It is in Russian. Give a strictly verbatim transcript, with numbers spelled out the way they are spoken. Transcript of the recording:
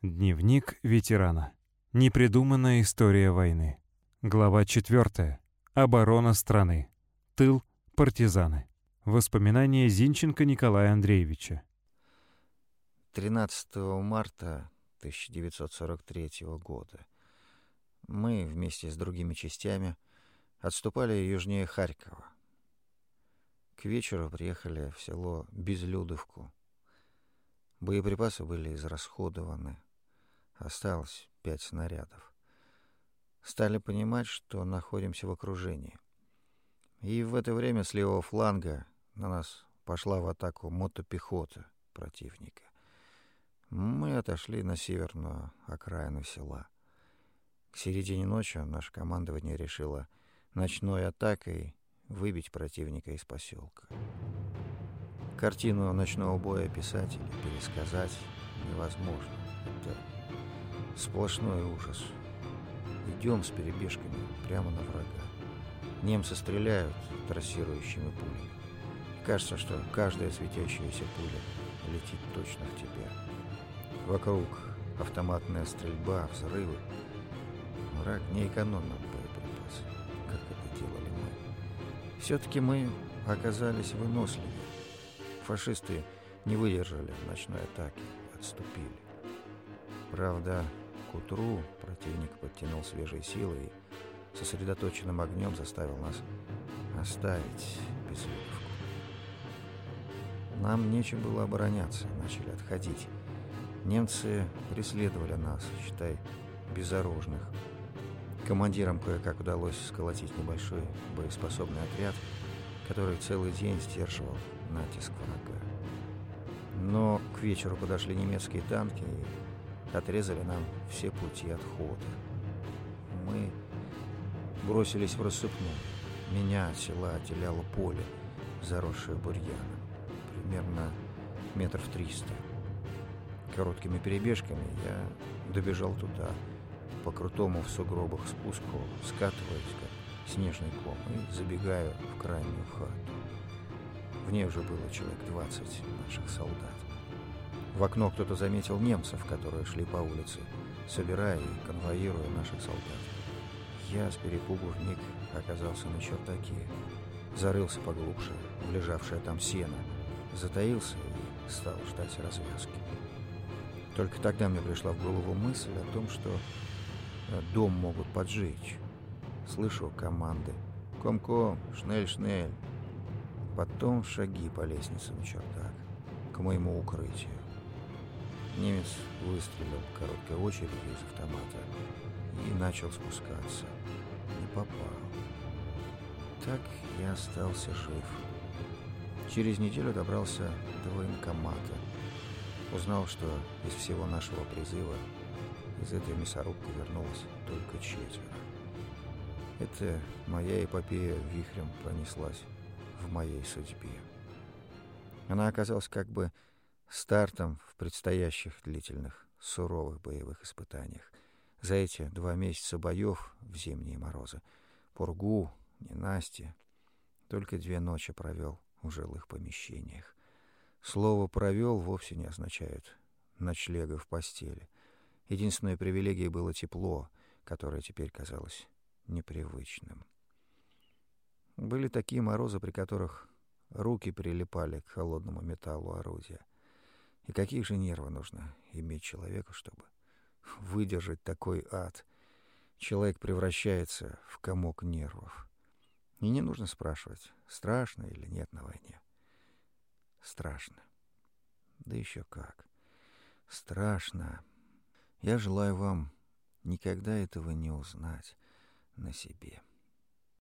Дневник ветерана. Непридуманная история войны. Глава четвертая. Оборона страны. Тыл. Партизаны. Воспоминания Зинченко Николая Андреевича. тринадцатого марта тысяча девятьсот сорок третьего года мы вместе с другими частями отступали южнее Харькова. К вечеру приехали в село Безлюдовку. Боеприпасы были израсходованы. Осталось пять снарядов. Стали понимать, что находимся в окружении. И в это время с левого фланга на нас пошла в атаку мотопехота противника. Мы отошли на северную окраину села. К середине ночи наше командование решило ночной атакой выбить противника из поселка. Картину ночного боя описать или пересказать невозможно. Это сплошной ужас. Идем с перебежками прямо на врага. Немцы стреляют трассирующими пулями. Кажется, что каждая светящаяся пуля летит точно в тебя. Вокруг автоматная стрельба, взрывы. Враг не экономил боеприпасы, как это делали мы. Все-таки мы оказались выносливее. Фашисты не выдержали ночной атаки и отступили. Правда, к утру противник подтянул свежие силы и сосредоточенным огнем заставил нас оставить Безлюдовку. Нам нечем было обороняться, начали отходить. Немцы преследовали нас, считай, безоружных. Командирам кое-как удалось сколотить небольшой боеспособный отряд, который целый день сдерживал натиск врага. Но к вечеру подошли немецкие танки и отрезали нам все пути отхода. Мы бросились в рассыпную. Меня от села отделяло поле, заросшее бурьяном, примерно метров триста. Короткими перебежками я добежал туда, по крутому в сугробах спуску, скатываясь, как снежный ком, и забегаю в крайнюю хату. В ней уже было человек двадцать наших солдат. В окно кто-то заметил немцев, которые шли по улице, собирая и конвоируя наших солдат. Я с перепугу вмиг оказался на чердаке, зарылся поглубже в лежавшее там сено, затаился и стал ждать развязки. Только тогда мне пришла в голову мысль о том, что дом могут поджечь. Слышу команды: «Ком-ком, шнель-шнель». Потом шаги по лестнице на чердак, к моему укрытию. Немец выстрелил короткой очередью из автомата и начал спускаться. Не попал. Так я остался жив. Через неделю добрался до военкомата. Узнал, что из всего нашего призыва из этой мясорубки вернулось только четверо. Это моя эпопея вихрем пронеслась в моей судьбе. Она оказалась как бы стартом в предстоящих длительных, суровых боевых испытаниях. За эти два месяца боев в зимние морозы, пургу, ненастье, только две ночи провел в жилых помещениях. Слово «провел» вовсе не означает ночлега в постели. Единственной привилегией было тепло, которое теперь казалось непривычным. Были такие морозы, при которых руки прилипали к холодному металлу орудия. И какие же нервы нужно иметь человеку, чтобы выдержать такой ад? Человек превращается в комок нервов. И не нужно спрашивать, страшно или нет на войне. Страшно. Да еще как. Страшно. Я желаю вам никогда этого не узнать на себе.